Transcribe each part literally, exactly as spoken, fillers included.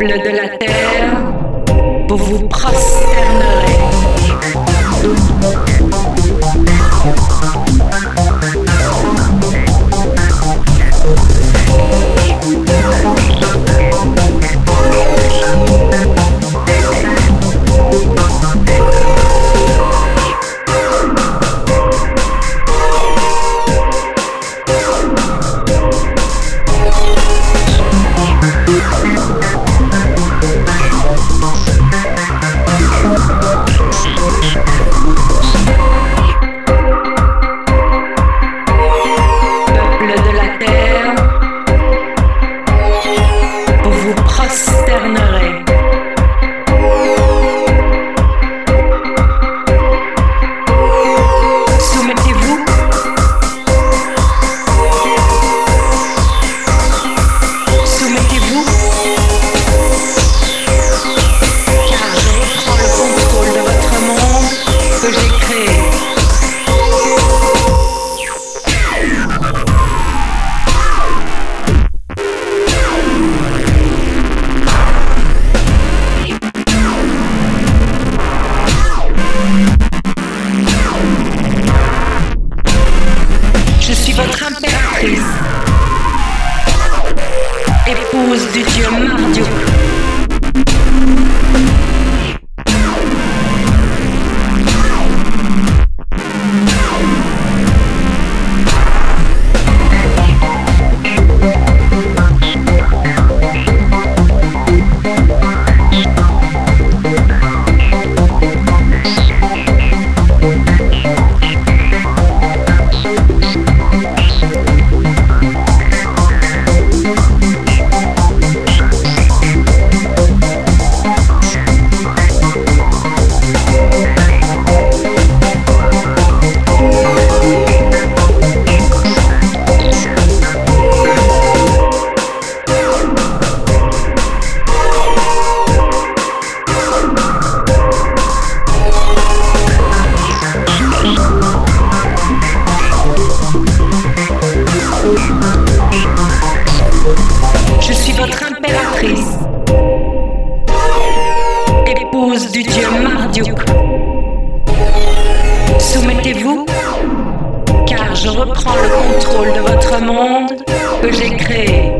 Peuple de la terre, vous vous prosternerez. Prosternerez. Soumettez-vous. Soumettez-vous. Car je reprends le contrôle de votre monde que j'ai créé. Je suis votre impératrice, épouse du dieu Marduk. Je suis votre impératrice, épouse du dieu Marduk. Soumettez-vous, car je reprends le contrôle de votre monde que j'ai créé.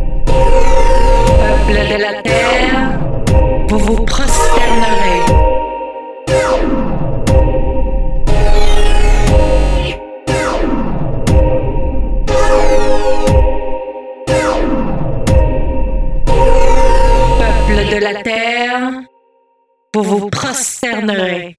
Peuple de la terre, vous vous prosternerez. De la terre, vous vous prosternerez.